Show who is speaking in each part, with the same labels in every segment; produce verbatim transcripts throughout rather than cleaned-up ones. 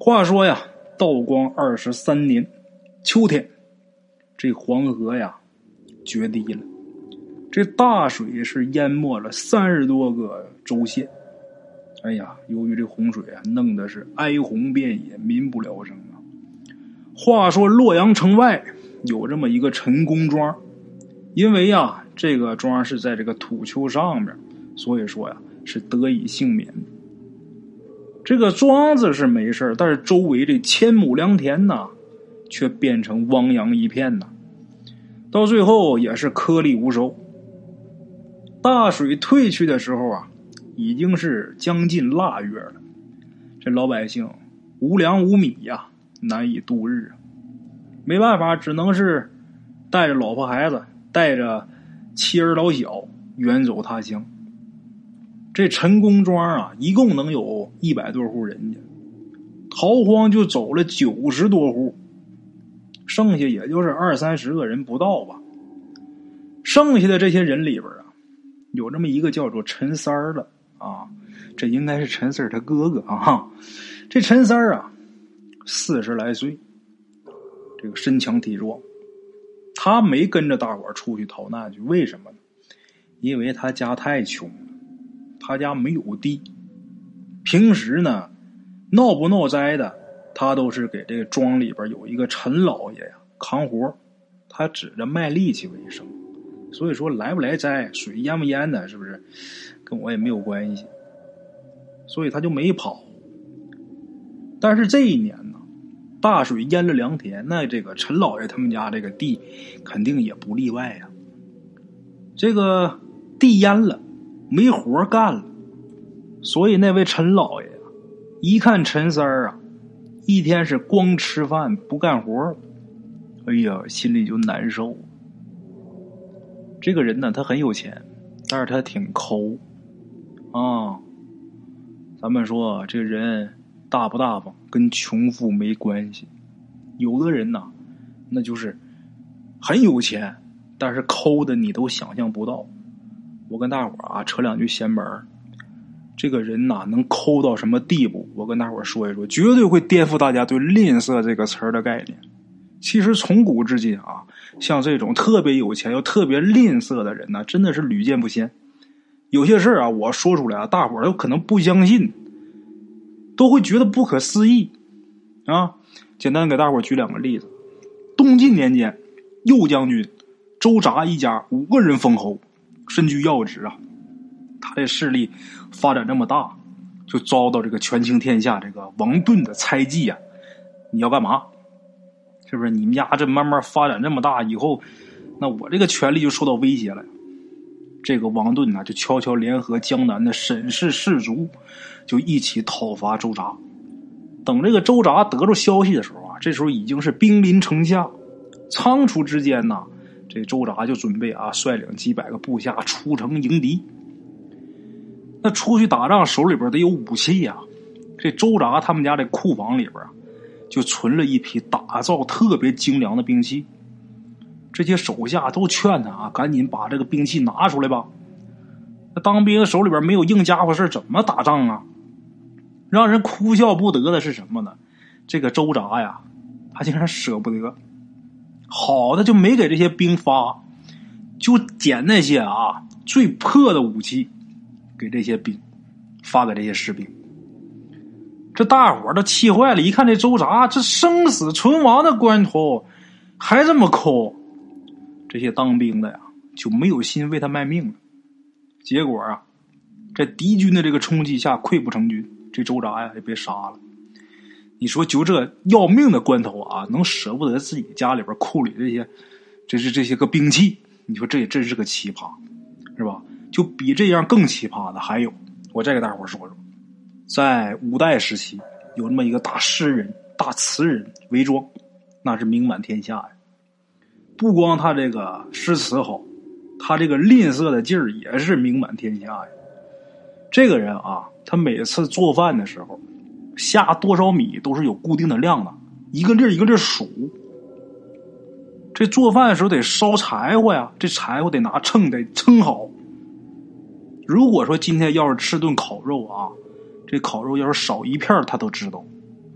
Speaker 1: 话说呀，道光二十三年秋天，这黄河呀决堤了，这大水是淹没了三十多个州县。哎呀，由于这洪水啊，弄得是哀鸿遍野，民不聊生啊。话说洛阳城外有这么一个陈公庄，因为呀，这个庄是在这个土丘上面，所以说呀是得以幸免。这个庄子是没事，但是周围这千亩良田呐，却变成汪洋一片呐。到最后也是颗粒无收。大水退去的时候啊，已经是将近腊月了。这老百姓无粮无米呀，难以度日。没办法，只能是带着老婆孩子，带着妻儿老小远走他乡。这陈公庄啊，一共能有一百多户人家，逃荒就走了九十多户，剩下也就是二三十个人不到吧。剩下的这些人里边啊，有这么一个叫做陈三儿的啊，这应该是陈四儿他哥哥啊。这陈三儿啊，四十来岁，这个身强体壮，他没跟着大伙儿出去逃难去，为什么呢？因为他家太穷了，他家没有地，平时呢闹不闹灾的，他都是给这个庄里边有一个陈老爷呀扛活，他指着卖力气为生。所以说来不来灾，水淹不淹的，是不是跟我也没有关系，所以他就没跑。但是这一年呢，大水淹了良田，那这个陈老爷他们家这个地肯定也不例外呀。这个地淹了，没活干了，所以那位陈老爷啊，一看陈三儿啊，一天是光吃饭不干活，哎呀，心里就难受。这个人呢，他很有钱，但是他挺抠啊。咱们说这个人大不大方跟穷富没关系，有的人呢，那就是很有钱，但是抠的你都想象不到。我跟大伙儿啊扯两句闲门儿，这个人呐能抠到什么地步，我跟大伙儿说一说，绝对会颠覆大家对吝啬这个词儿的概念。其实从古至今啊，像这种特别有钱又特别吝啬的人呢，真的是屡见不鲜。有些事儿啊，我说出来啊，大伙儿都可能不相信，都会觉得不可思议啊。简单给大伙儿举两个例子。东晋年间，右将军周札一家五个人封侯，身居要职啊。他这势力发展这么大，就遭到这个权倾天下这个王顿的猜忌啊。你要干嘛？是不是你们家这慢慢发展这么大以后，那我这个权力就受到威胁了。这个王顿呢，就悄悄联合江南的沈氏士族，就一起讨伐周札。等这个周札得着消息的时候啊，这时候已经是兵临城下，仓促之间呢，这周札就准备啊率领几百个部下出城迎敌。那出去打仗手里边得有武器呀、啊，这周札他们家这库房里边啊，就存了一批打造特别精良的兵器。这些手下都劝他啊，赶紧把这个兵器拿出来吧。那当兵手里边没有硬家伙事，怎么打仗啊？让人哭笑不得的是什么呢？这个周札呀，他竟然舍不得，好的就没给这些兵发，就捡那些啊最破的武器给这些兵，发给这些士兵。这大伙儿都气坏了，一看这周札这生死存亡的关头还这么抠，这些当兵的呀就没有心为他卖命了。结果啊，在敌军的这个冲击下溃不成军，这周札呀也被杀了。你说就这要命的关头啊，能舍不得自己家里边库里这些这是这些个兵器，你说这也真是个奇葩，是吧？就比这样更奇葩的还有，我再给大伙说说。在五代时期，有这么一个大诗人、大词人韦庄，那是名满天下呀。不光他这个诗词好，他这个吝啬的劲儿也是名满天下呀。这个人啊，他每次做饭的时候，下多少米都是有固定的量的，一个粒一个粒数。这做饭的时候得烧柴火呀，这柴火得拿秤得称好。如果说今天要是吃顿烤肉啊，这烤肉要是少一片他都知道。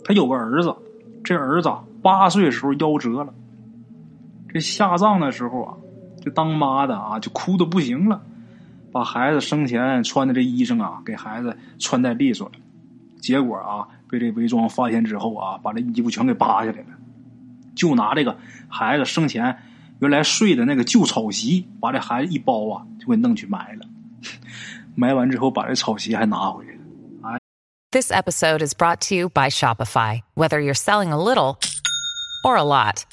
Speaker 1: 他有个儿子，这儿子八岁时候夭折了。这下葬的时候啊，这当妈的啊就哭得不行了，把孩子生前穿的这衣裳啊给孩子穿戴利索了。结果啊被这伪装发现之后啊，把这衣服全给扒下来了，就拿这个孩子生前原来睡的那个旧草席，把这孩子一包啊就给弄去埋了。埋完之后把这草席还拿回来了。哎
Speaker 2: This episode is brought to you by Shopify. Whether you're selling a little or a lot,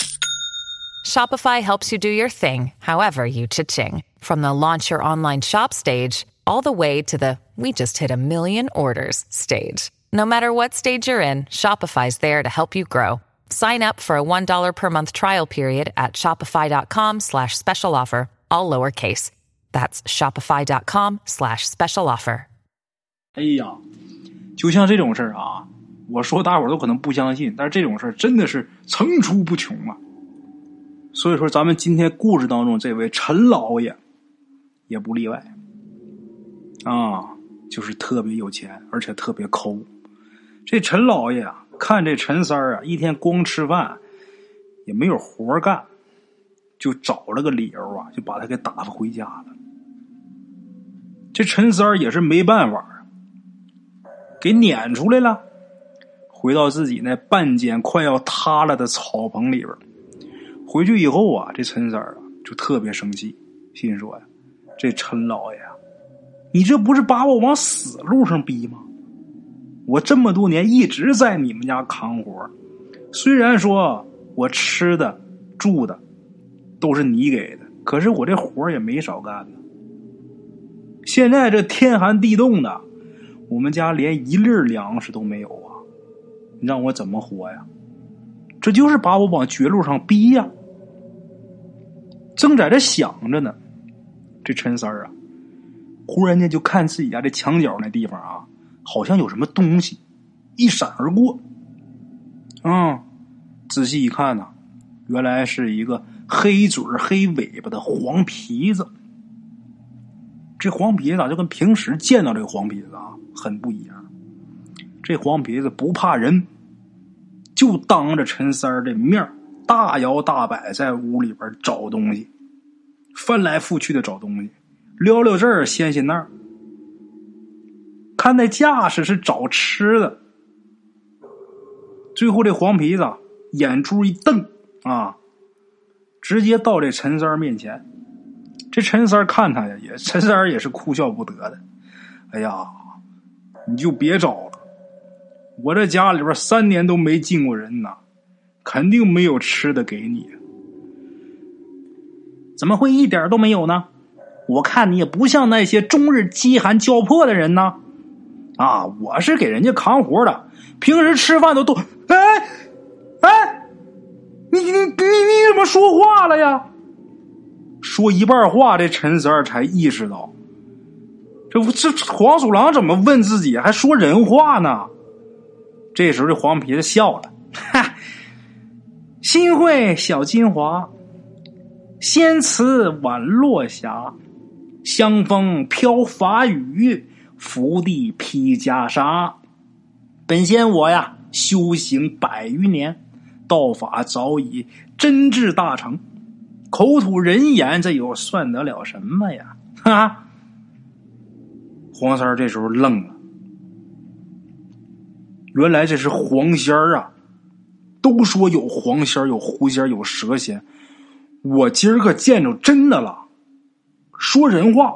Speaker 2: Shopify helps you do your thing, however you cha-ching. From the launch your online shop stage, all the way to the we just hit a million orders stage. No matter what stage you're in, Shopify's there to help you grow. Sign up for a one dollar per month trial period at shopify.com slash special offer, all lowercase. That's shopify.com slash special offer.
Speaker 1: 哎呀，就像这种事儿啊，我说大伙儿都可能不相信，但是这种事儿真的是层出不穷啊。所以说咱们今天故事当中这位陈老爷也不例外啊，就是特别有钱，而且特别抠。这陈老爷啊，看这陈三儿啊，一天光吃饭也没有活干，就找了个理由啊，就把他给打发回家了。这陈三儿也是没办法，给撵出来了，回到自己那半间快要塌了的草棚里边。回去以后啊，这陈三儿啊就特别生气，心说呀，这陈老爷啊，你这不是把我往死路上逼吗？我这么多年一直在你们家扛活，虽然说我吃的住的都是你给的，可是我这活也没少干呢。现在这天寒地冻的，我们家连一粒粮食都没有啊，你让我怎么活呀？这就是把我往绝路上逼呀！正在这想着呢，这陈三儿啊，忽然间就看自己家这墙角那地方啊，好像有什么东西一闪而过。嗯，仔细一看呢、啊，原来是一个黑嘴黑尾巴的黄皮子。这黄皮子啊，就跟平时见到这个黄皮子啊很不一样。这黄皮子不怕人，就当着陈三儿的面大摇大摆在屋里边找东西，翻来覆去的找东西，撩撩这儿掀掀那儿，看那架势是找吃的。最后这黄皮子眼珠一瞪啊，直接到这陈三儿面前。这陈三儿看他呀，也陈三儿也是哭笑不得的。哎呀，你就别找了，我这家里边三年都没进过人呐，肯定没有吃的给你。怎么会一点都没有呢？我看你也不像那些终日饥寒交迫的人呢。啊，我是给人家扛活的，平时吃饭都都，哎哎，你你你你怎么说话了呀？说一半话，这陈三儿才意识到，这这黄鼠狼怎么问自己还说人话呢？这时候这黄皮子笑了，哈，新会小金华，仙词晚落霞，香风飘法语，福地披袈裟。本仙我呀修行百余年，道法早已真至大成，口吐人言，这又算得了什么呀？哈！黄三儿这时候愣了，原来这是黄仙儿啊！都说有黄仙儿、有狐仙儿、有蛇仙，我今儿个见着真的了，说人话。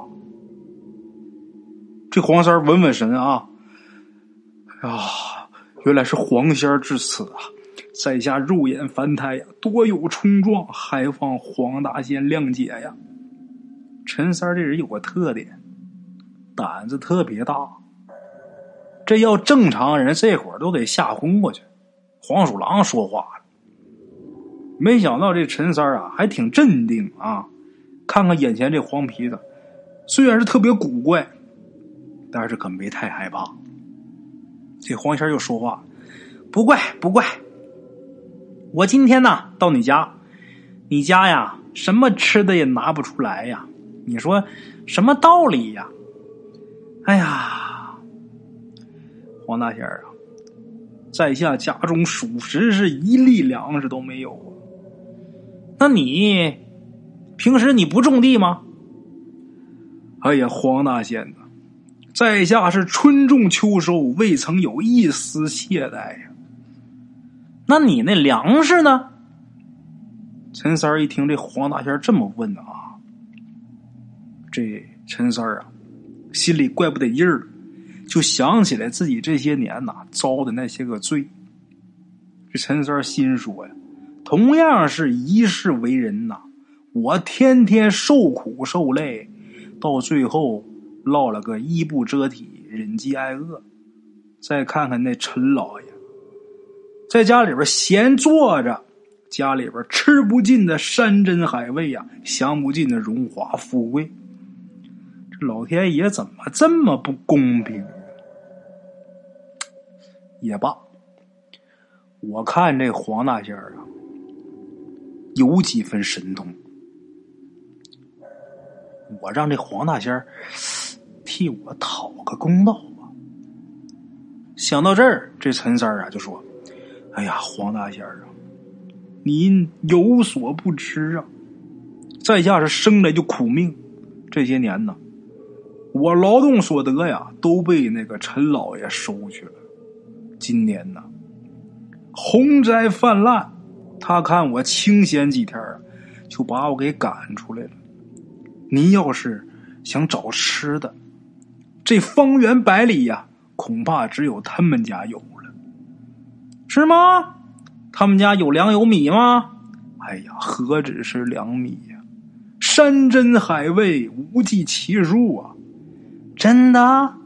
Speaker 1: 这黄三儿稳稳神啊！啊，原来是黄仙儿至此啊！在下肉眼凡胎呀，多有冲撞，还望黄大仙谅解呀。陈三儿这人有个特点，胆子特别大，这要正常人这会儿都得吓昏过去。黄鼠狼说话了，没想到这陈三儿啊还挺镇定啊。看看眼前这黄皮子，虽然是特别古怪，但是可没太害怕。这黄仙儿又说话，不怪不怪，我今天呢到你家，你家呀什么吃的也拿不出来呀，你说什么道理呀？哎呀，黄大仙儿啊， 在下家中属实是一粒粮食都没有啊。
Speaker 3: 那你平时你不种地吗？
Speaker 1: 哎呀，黄大仙呐，在下是春种秋收，未曾有一丝懈怠呀。
Speaker 3: 那你那粮食呢？
Speaker 1: 陈三儿一听这黄大仙这么问啊，这陈三儿啊心里怪不得劲儿，就想起来自己这些年呐、啊、遭的那些个罪。这陈三儿心说呀，同样是一世为人呐、啊，我天天受苦受累，到最后落了个衣不遮体，忍饥挨饿。再看看那陈老爷，在家里边闲坐着，家里边吃不尽的山珍海味呀、啊，享不尽的荣华富贵。这老天爷怎么这么不公平？也罢，我看这黄大仙啊，有几分神通。我让这黄大仙替我讨个公道吧。想到这儿，这陈三啊就说：“哎呀，黄大仙啊，您有所不知啊，在下是生来就苦命，这些年呢，我劳动所得呀都被那个陈老爷收去了。今年呢，洪灾泛滥，他看我清闲几天啊，就把我给赶出来了。您要是想找吃的，这方圆百里呀、啊，恐怕只有他们家有了。
Speaker 3: 是吗？他们家有粮有米吗？
Speaker 1: 哎呀，何止是粮米呀、啊，山珍海味无计其数啊！
Speaker 3: 真的？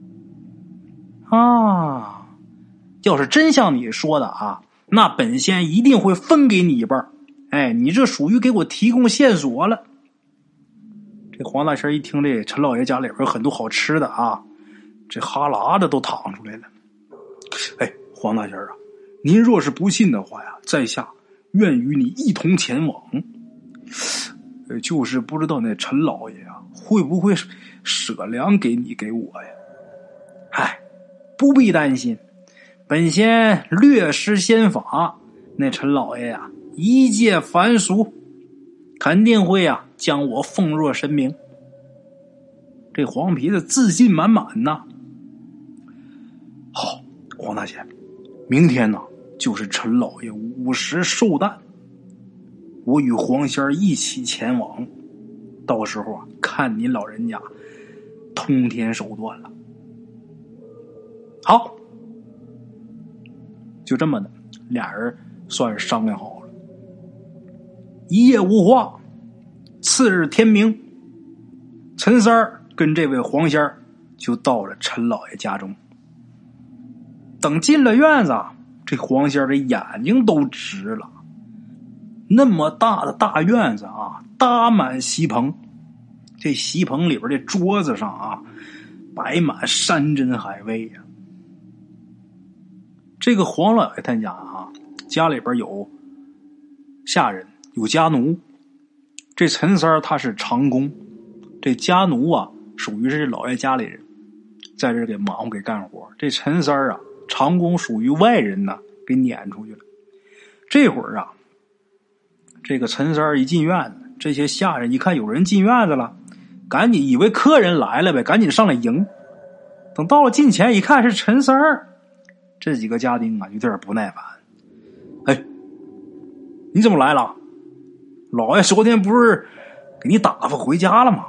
Speaker 3: 啊，要是真像你说的啊，那本仙一定会分给你一半。哎，你这属于给我提供线索了。
Speaker 1: 这黄大仙一听这陈老爷家里边有很多好吃的啊，这哈喇子都淌出来了。哎，黄大仙啊，您若是不信的话呀，在下愿与你一同前往。呃，就是不知道那陈老爷啊，会不会舍粮给你给我呀？
Speaker 3: 嗨，不必担心，本仙略施仙法，那陈老爷呀、啊，一介凡俗，肯定会啊将我奉若神明。
Speaker 1: 这黄皮子自信满满呐。好，黄大仙，明天呢就是陈老爷午时寿诞，我与黄仙儿一起前往，到时候啊，看您老人家通天手段了。
Speaker 3: 好，
Speaker 1: 就这么的，俩人算是商量好了。一夜无话，次日天明，陈三儿跟这位黄仙儿就到了陈老爷家中。等进了院子，这黄仙儿的眼睛都直了。那么大的大院子啊，搭满席棚，这席棚里边这桌子上啊，摆满山珍海味呀、啊。这个黄老爷他家啊，家里边有下人，有家奴。这陈三儿他是长工，这家奴啊，属于是老爷家里人，在这给忙活给干活。这陈三儿啊，长工属于外人呢，给撵出去了。这会儿啊，这个陈三儿一进院子，这些下人一看有人进院子了，赶紧以为客人来了呗，赶紧上来迎。等到了近前一看是陈三儿，这几个家丁啊有点不耐烦。哎，你怎么来了？老爷昨天不是给你打发回家了吗？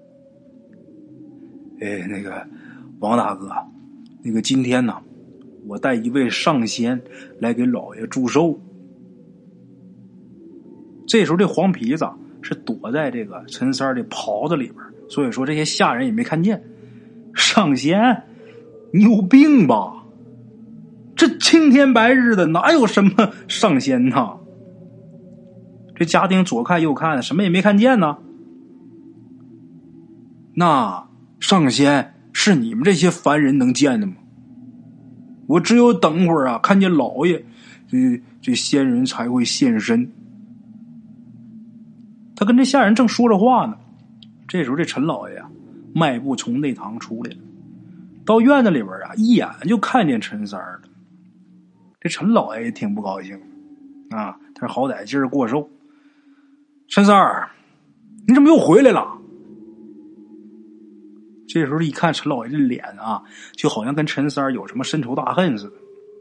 Speaker 1: 哎，那个王大哥，那个今天呢，我带一位上仙来给老爷祝寿。这时候这黄皮子是躲在这个陈三的袍子里边，所以说这些下人也没看见。上仙，你有病吧？这青天白日的哪有什么上仙呢？这家丁左看右看的，什么也没看见呢。那上仙是你们这些凡人能见的吗？我只有等会儿啊，看见老爷，这这仙人才会现身。他跟这下人正说着话呢，这时候这陈老爷啊，迈步从内堂出来了，到院子里边啊，一眼就看见陈三儿了。
Speaker 3: 这陈老爷也挺不高兴啊，但是好歹今儿过寿。陈三儿，你怎么又回来了？这时候一看陈老爷这脸啊，就好像跟陈三儿有什么深仇大恨似的。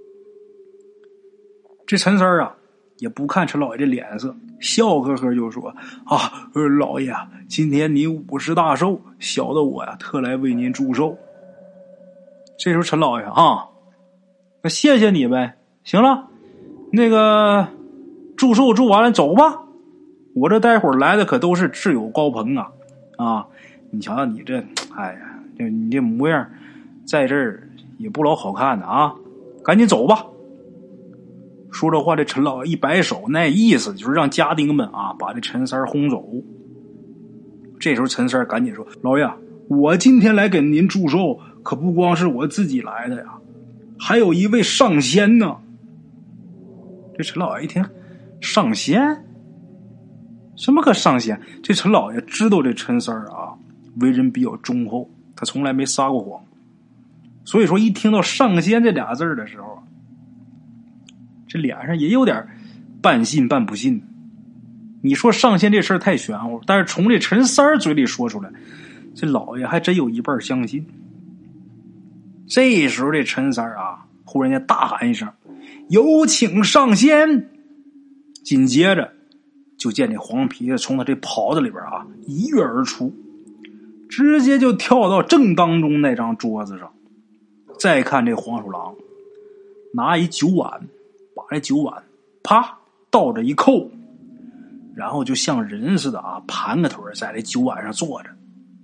Speaker 3: 这陈三儿啊，也不看陈老爷这脸色，笑呵呵就说：“啊，老爷，今天您五十大寿，小的我呀，特来为您祝寿。”这时候陈老爷啊，那谢谢你呗。行了，那个祝寿祝完了，走吧。我这待会儿来的可都是挚友高朋啊啊！你瞧瞧你这，哎呀，这你这模样，在这儿也不老好看的啊！赶紧走吧。说这话，这陈老爷一摆手，那意思就是让家丁们啊把这陈三轰走。这时候陈三赶紧说：“老爷，我今天来给您祝寿，可不光是我自己来的呀，还有一位上仙呢。”这陈老爷一听，上仙？什么个上仙？这陈老爷知道这陈三儿啊，为人比较忠厚，他从来没撒过谎，所以说一听到上仙这俩字的时候，这脸上也有点半信半不信。你说上仙这事儿太玄乎，但是从这陈三儿嘴里说出来，这老爷还真有一半相信。这时候这陈三儿啊，忽然间大喊一声：“有请上仙！”紧接着就见这黄皮子从他这袍子里边啊一跃而出，直接就跳到正当中那张桌子上。再看这黄鼠狼拿一酒碗，把这酒碗啪倒着一扣，然后就像人似的啊盘个腿在这酒碗上坐着。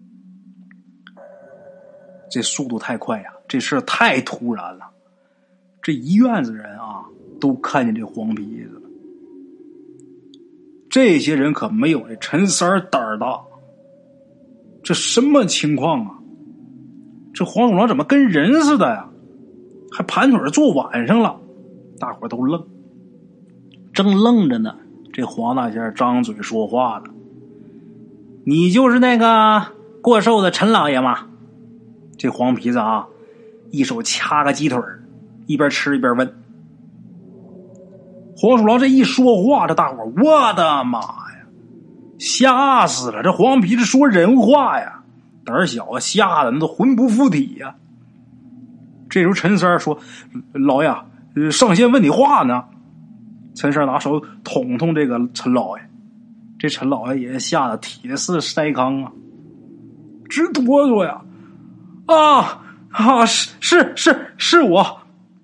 Speaker 3: 这速度太快呀，这事太突然了，这一院子人啊都看见这黄皮子了。这些人可没有这陈三儿胆儿大，这什么情况啊？这黄鼠狼怎么跟人似的呀？还盘腿坐碗上了，大伙都愣。正愣着呢，这黄大仙张嘴说话了：“你就是那个过寿的陈老爷吗？”这黄皮子啊，一手掐个鸡腿，一边吃一边问。黄鼠狼这一说话，这大伙儿，我的妈呀，吓死了！这黄皮子说人话呀，胆小，吓得那都魂不附体呀。这时候陈三说：“老爷，上仙问你话呢。”陈三拿手捅捅这个陈老爷，这陈老爷也吓得铁似筛糠啊，直哆嗦呀！啊啊，是是是是我，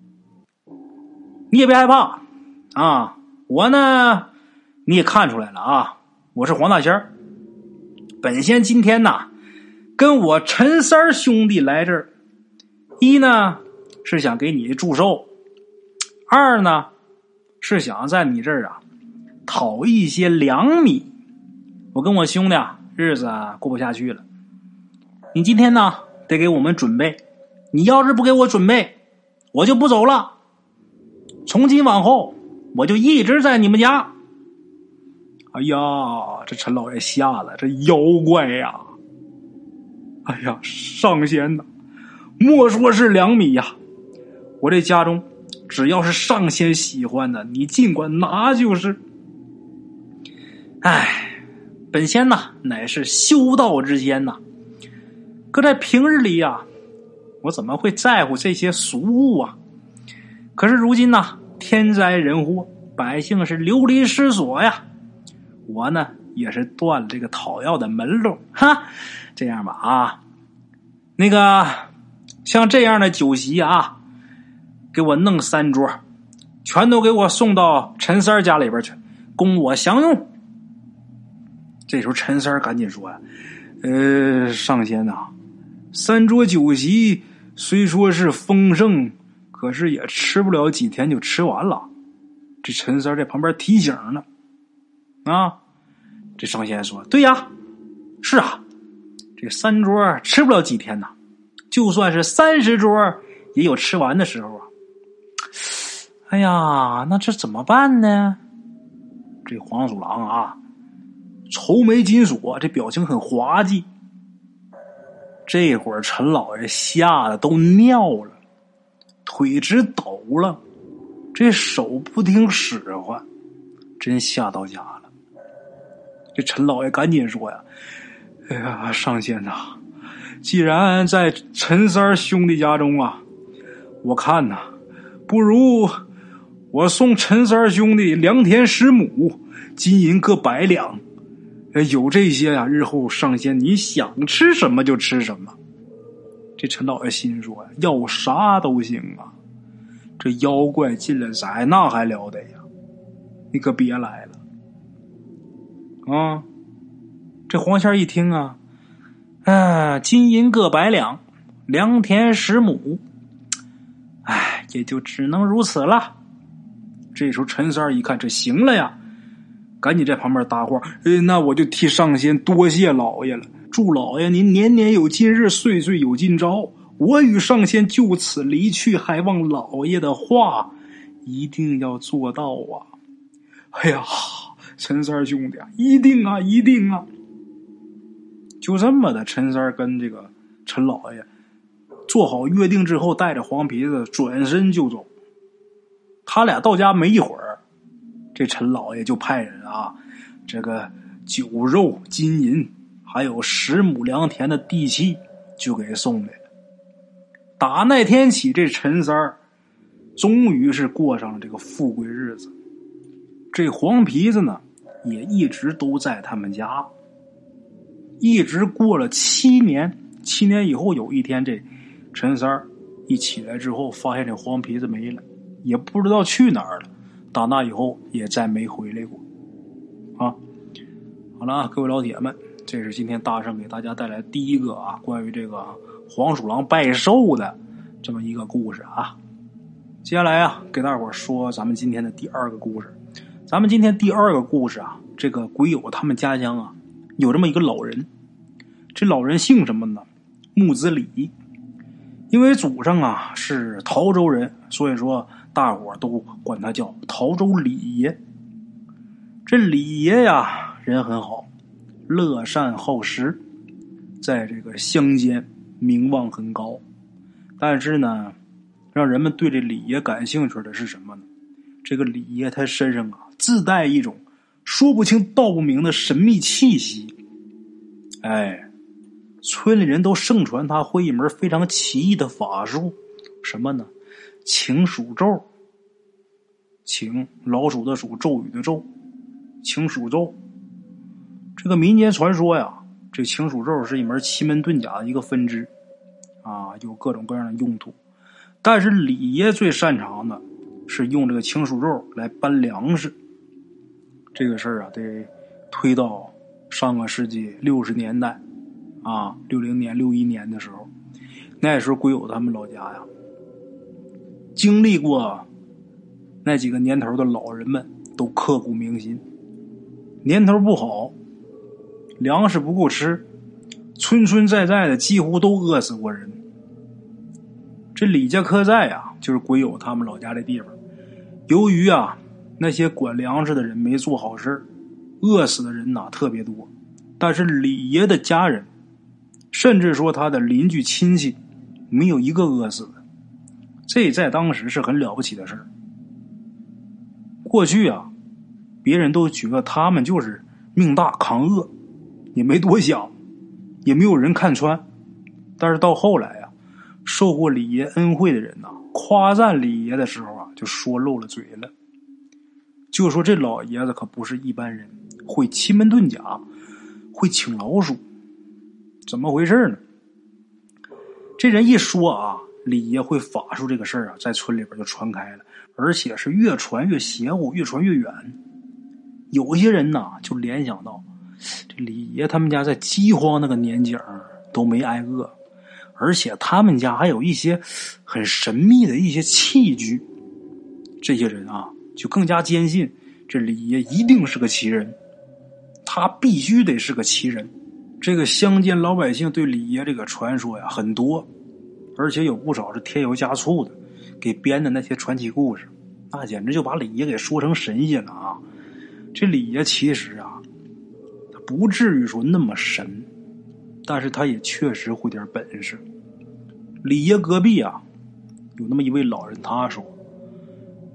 Speaker 3: 你也别害怕啊！我呢，你也看出来了啊，我是黄大仙儿。本仙今天呐，跟我陈三兄弟来这儿，一呢是想给你祝寿，二呢是想在你这儿啊讨一些粮米。我跟我兄弟啊日子啊过不下去了，你今天呢得给我们准备，你要是不给我准备，我就不走了。从今往后，我就一直在你们家。哎呀，这陈老爷吓了，这妖怪呀！哎呀，上仙呐，莫说是粮米呀，我这家中只要是上仙喜欢的，你尽管拿就是。哎，本仙呐，乃是修道之仙呐。可在平日里呀、啊，我怎么会在乎这些俗物啊？可是如今呐，天灾人祸，百姓是流离失所呀。我呢，也是断了这个讨要的门路。哈，这样吧啊，那个像这样的酒席啊，给我弄三桌，全都给我送到陈三家里边去，供我享用。这时候陈三赶紧说呀、啊：“呃，上仙呐、啊。”三桌酒席虽说是丰盛，可是也吃不了几天就吃完了。这陈三在旁边提醒呢，啊，这上仙说：“对呀，是啊，这三桌吃不了几天呐，就算是三十桌也有吃完的时候啊。哎呀，那这怎么办呢？”这黄鼠狼啊，愁眉紧锁，这表情很滑稽。这会儿陈老爷吓得都尿了，腿直抖了， 这手不听使唤，真吓到家了。这陈老爷赶紧说呀：“哎呀，上仙呐，既然在陈三兄弟家中啊，我看呐，不如我送陈三兄弟良田十亩，金银各百两。有这些呀、啊，日后上仙你想吃什么就吃什么。”这陈老爷心说呀：“要啥都行啊，这妖怪进了宅那还了得呀，你可别来了。”啊，这黄仙一听啊，啊，金银各百两，良田十亩，哎，也就只能如此了。这时候陈三一看这行了呀，赶紧在旁边搭话：“哎，那我就替上仙多谢老爷了，祝老爷您年年有今日，岁岁有今朝。我与上仙就此离去，还望老爷的话一定要做到啊！”哎呀，陈三兄弟啊，一定啊，一定啊！就这么的，陈三跟这个陈老爷做好约定之后，带着黄皮子转身就走。他俩到家没一会儿，这陈老爷就派人啊，这个酒肉金银还有十亩良田的地契就给送来了。打那天起，这陈三儿终于是过上了这个富贵日子。这黄皮子呢，也一直都在他们家，一直过了七年。七年以后，有一天，这陈三儿一起来之后，发现这黄皮子没了，也不知道去哪儿了。打那以后，也再没回来过。啊，好了啊，各位老铁们，这是今天大圣给大家带来第一个啊，关于这个黄鼠狼拜寿的这么一个故事啊。接下来啊，给大伙说咱们今天的第二个故事。咱们今天第二个故事啊，这个鬼友他们家乡啊，有这么一个老人。这老人姓什么呢？木子李。因为祖上啊是陶州人，所以说大伙都管他叫陶州李爷。这李爷呀，人很好，乐善好施，在这个乡间名望很高。但是呢，让人们对这李爷感兴趣的是什么呢？这个李爷他身上啊自带一种说不清道不明的神秘气息。哎，村里人都盛传他会一门非常奇异的法术，什么呢？请鼠咒。请老鼠的鼠，咒语的咒，请鼠咒。这个民间传说呀，这请鼠咒是一门奇门遁甲的一个分支啊，有各种各样的用途。但是李爷最擅长的是用这个请鼠咒来搬粮食。这个事儿啊，得推到上个世纪六十年代啊，六零年、六一年的时候，那时候鬼友他们老家呀，经历过那几个年头的老人们都刻骨铭心。年头不好，粮食不够吃，村村在在的几乎都饿死过人。这李家客寨啊，就是鬼友他们老家这地方，由于啊那些管粮食的人没做好事，饿死的人呐特别多。但是李爷的家人，甚至说他的邻居亲戚，没有一个饿死的，这在当时是很了不起的事儿。过去啊，别人都觉得他们就是命大扛饿，也没多想，也没有人看穿。但是到后来啊，受过李爷恩惠的人呐、啊，夸赞李爷的时候啊，就说漏了嘴了，就说这老爷子可不是一般人，会奇门遁甲，会请老鼠。怎么回事呢？这人一说啊，李爷会法术这个事儿啊，在村里边就传开了，而且是越传越邪乎，越传越远。有些人呐，就联想到这李爷他们家在饥荒那个年景都没挨饿，而且他们家还有一些很神秘的一些器具。这些人啊，就更加坚信这李爷一定是个奇人，他必须得是个奇人。这个乡间老百姓对李爷这个传说呀很多，而且有不少是添油加醋的，给编的那些传奇故事，那简直就把李爷给说成神仙了啊！这李爷其实啊，他不至于说那么神，但是他也确实会点本事。李爷隔壁啊，有那么一位老人，他说，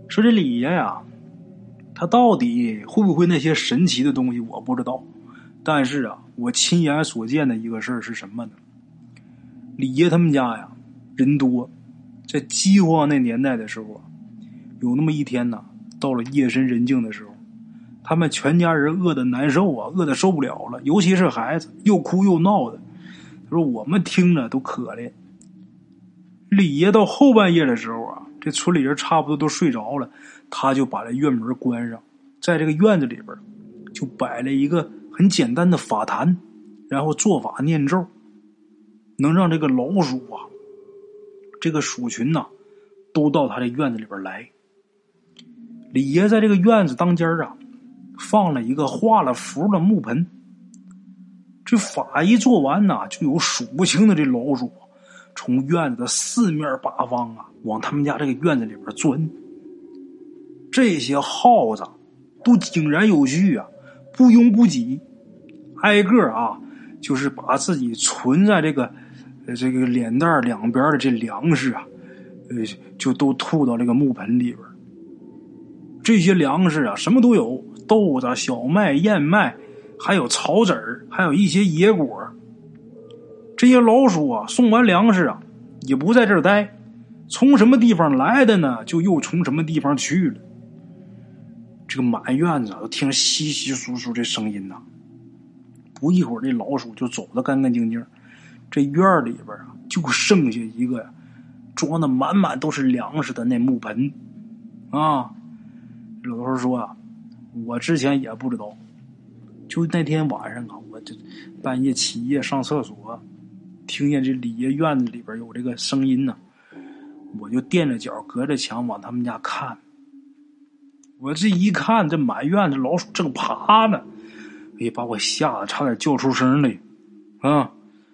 Speaker 1: 说这李爷呀，他到底会不会那些神奇的东西我不知道，但是啊，我亲眼所见的一个事儿是什么呢？李爷他们家呀人多，在饥荒那年代的时候啊，有那么一天呢，到了夜深人静的时候，他们全家人饿得难受啊，饿得受不了了，尤其是孩子又哭又闹的。他说我们听着都可怜。李爷到后半夜的时候啊，这村里人差不多都睡着了，他就把这院门关上，在这个院子里边就摆了一个很简单的法坛，然后做法念咒，能让这个老鼠啊，这个鼠群呐、啊，都到他这院子里边来。李爷在这个院子当间啊，放了一个画了符的木盆。这法一做完呐、啊，就有数不清的这老鼠从院子的四面八方啊，往他们家这个院子里边钻。这些耗子都井然有序啊，不拥不挤，挨个啊，就是把自己存在这个呃这个脸蛋两边的这粮食啊，呃，就都吐到这个木盆里边。这些粮食啊，什么都有，豆子、小麦、燕麦，还有草籽儿，还有一些野果。这些老鼠啊，送完粮食啊，也不在这儿待，从什么地方来的呢，就又从什么地方去了。这个满院子啊，都听稀稀疏疏这声音呐、啊。不一会儿，这老鼠就走得干干净净，这院里边啊，就剩下一个装的满满都是粮食的那木盆啊。老头说啊，我之前也不知道，就那天晚上啊，我这半夜起夜上厕所，听见这李爷院子里边有这个声音呢、啊，我就垫着脚隔着墙往他们家看。我这一看，这满院子老鼠正爬呢，哎，把我吓得差点叫出声来啊！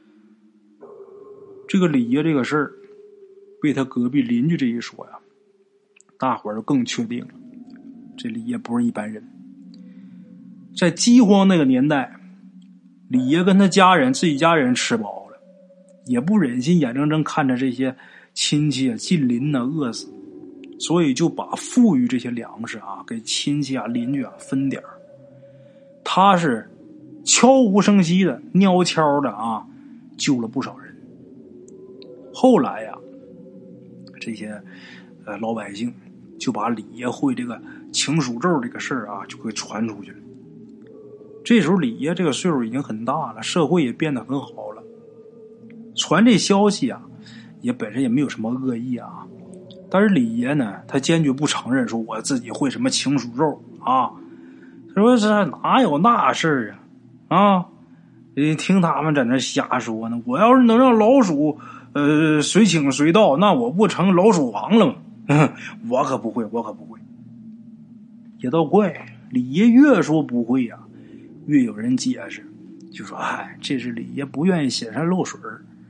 Speaker 1: 这个李爷这个事儿被他隔壁邻居这一说呀，大伙儿就更确定了，这李爷不是一般人。在饥荒那个年代，李爷跟他家人自己家人吃饱了，也不忍心眼睁睁看着这些亲戚啊近邻呢饿死，所以就把富裕这些粮食啊给亲戚啊邻居啊分点儿。他是悄无声息的蔫悄的啊救了不少人。后来呀、啊，这些呃老百姓就把李爷会这个请鼠咒这个事儿啊就给传出去了。这时候李爷这个岁数已经很大了，社会也变得很好了，传这消息啊也本身也没有什么恶意啊。但是李爷呢，他坚决不承认说我自己会什么请鼠咒啊，他说这哪有那事儿啊啊！你听他们在那瞎说呢，我要是能让老鼠呃随请随到，那我不成老鼠王了吗？我可不会，我可不会。也倒怪李爷越说不会呀、啊，越有人解释，就说哎，这是李爷不愿意显山露水。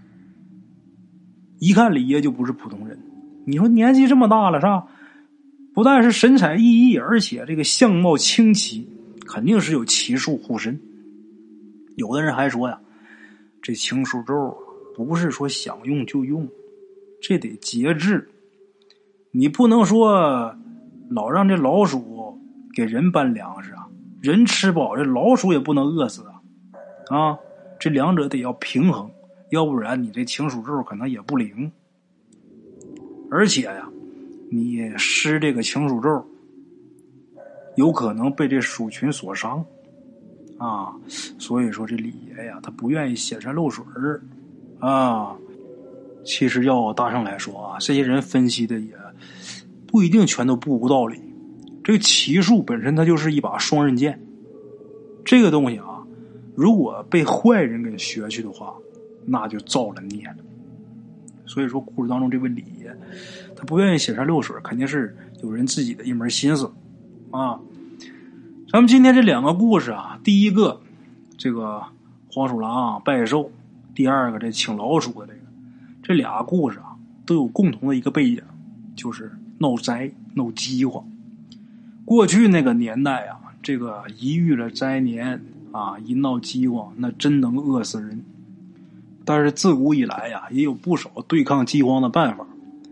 Speaker 1: 一看李爷就不是普通人，你说年纪这么大了是吧？不但是神采奕奕，而且这个相貌清奇，肯定是有奇术护身。有的人还说呀，这请鼠咒不是说想用就用，这得节制。你不能说老让这老鼠给人搬粮食啊，人吃饱，这老鼠也不能饿死啊！啊，这两者得要平衡，要不然你这请鼠咒可能也不灵。而且呀，你施这个请鼠咒，有可能被这鼠群所伤啊。所以说这李爷呀，他不愿意显山露水啊。其实要大上来说啊，这些人分析的也不一定全都不无道理。这个奇术本身它就是一把双刃剑，这个东西啊，如果被坏人给学去的话，那就造了孽了。所以说故事当中这位李爷他不愿意显山露水，肯定是有人自己的一门心思啊。咱们今天这两个故事啊，第一个这个黄鼠狼、啊、拜寿，第二个这请老鼠的这个，这俩故事啊都有共同的一个背景，就是闹灾闹饥荒。过去那个年代啊，这个一遇了灾年啊，一闹饥荒，那真能饿死人。但是自古以来呀、啊，也有不少对抗饥荒的办法。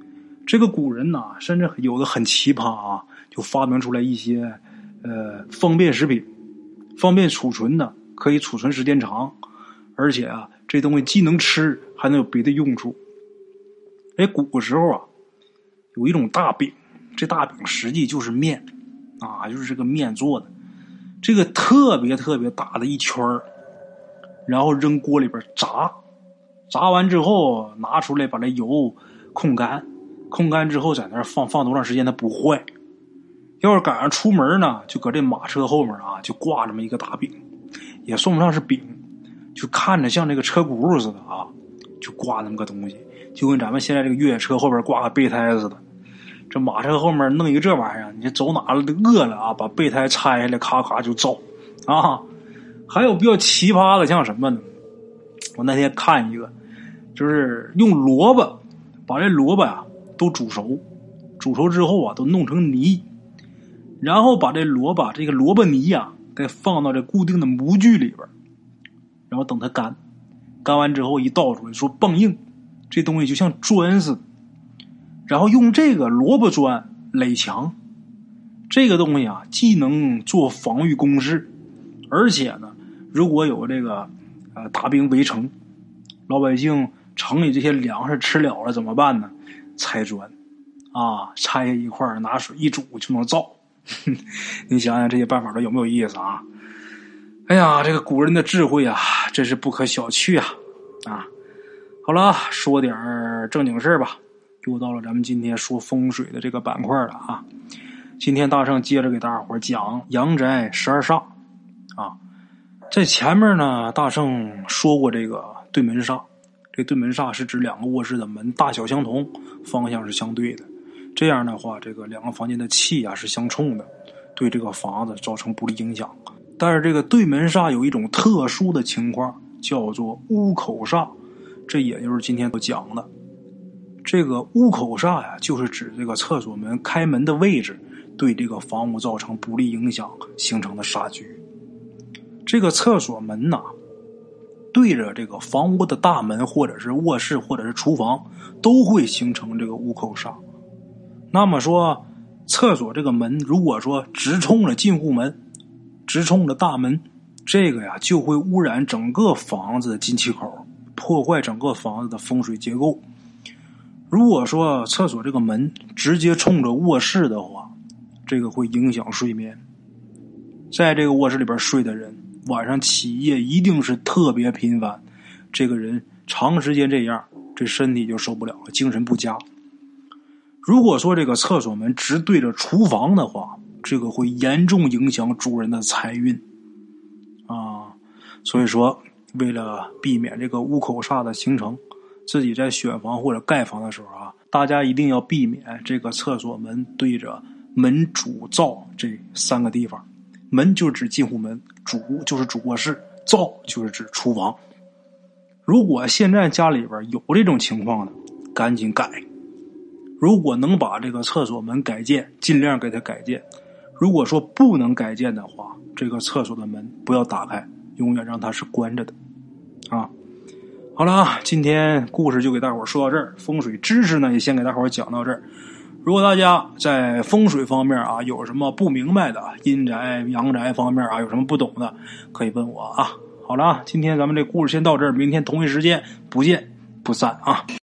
Speaker 1: 这个古人呐，甚至有的很奇葩啊，就发明出来一些呃方便食品，方便储存的，可以储存时间长，而且啊，这东西既能吃，还能有别的用处。哎，古时候啊，有一种大饼，这大饼实际就是面啊，就是这个面做的，这个特别特别大的一圈儿，然后扔锅里边炸，炸完之后拿出来把这油控干，控干之后在那儿放放多长时间它不坏。要是赶上出门呢，就搁这马车后面啊，就挂这么一个大饼，也算不上是饼，就看着像这个车轱似的啊，就挂那么个东西，就跟咱们现在这个越野车后边挂个备胎似的。这马车后面弄一个这玩意儿，你走哪了都饿了啊，把备胎拆下来，咔咔就走啊。还有比较奇葩的像什么呢？我那天看一个，就是用萝卜把这萝卜啊都煮熟，煮熟之后啊都弄成泥，然后把这萝卜这个萝卜泥啊再放到这固定的模具里边，然后等它干，干完之后一倒出来说棒硬，这东西就像砖似的，然后用这个萝卜砖垒墙。这个东西啊既能做防御工事，而且呢如果有这个呃大兵围城，老百姓城里这些粮食吃了了怎么办呢？拆砖啊，拆下一块拿水一煮就能造。你想想这些办法都有没有意思啊？哎呀，这个古人的智慧啊真是不可小觑啊啊！好了，说点正经事吧，又到了咱们今天说风水的这个板块了啊。今天大圣接着给大伙讲阳宅十二煞啊。在前面呢，大圣说过这个对门煞，这对门煞是指两个卧室的门大小相同，方向是相对的，这样的话这个两个房间的气啊是相冲的，对这个房子造成不利影响。但是这个对门煞有一种特殊的情况，叫做屋口煞，这也就是今天所讲的。这个屋口煞呀，就是指这个厕所门开门的位置对这个房屋造成不利影响形成的煞局。这个厕所门呐，对着这个房屋的大门或者是卧室或者是厨房都会形成这个屋口煞。那么说厕所这个门如果说直冲着进户门，直冲着大门，这个呀就会污染整个房子的进气口，破坏整个房子的风水结构。如果说厕所这个门直接冲着卧室的话，这个会影响睡眠。在这个卧室里边睡的人，晚上起夜一定是特别频繁，这个人长时间这样，这身体就受不了了，精神不佳。如果说这个厕所门直对着厨房的话，这个会严重影响主人的财运啊。所以说为了避免这个屋口煞的形成，自己在选房或者盖房的时候啊，大家一定要避免这个厕所门对着门主灶这三个地方。门就是指进户门，主就是主卧室，灶就是指厨房。如果现在家里边有这种情况呢，赶紧改。如果能把这个厕所门改建，尽量给它改建。如果说不能改建的话，这个厕所的门不要打开，永远让它是关着的啊。好了啊，今天故事就给大伙说到这儿，风水知识呢也先给大伙讲到这儿。如果大家在风水方面啊有什么不明白的，阴宅阳宅方面啊有什么不懂的，可以问我啊。好了啊，今天咱们这故事先到这儿，明天同一时间不见不散啊。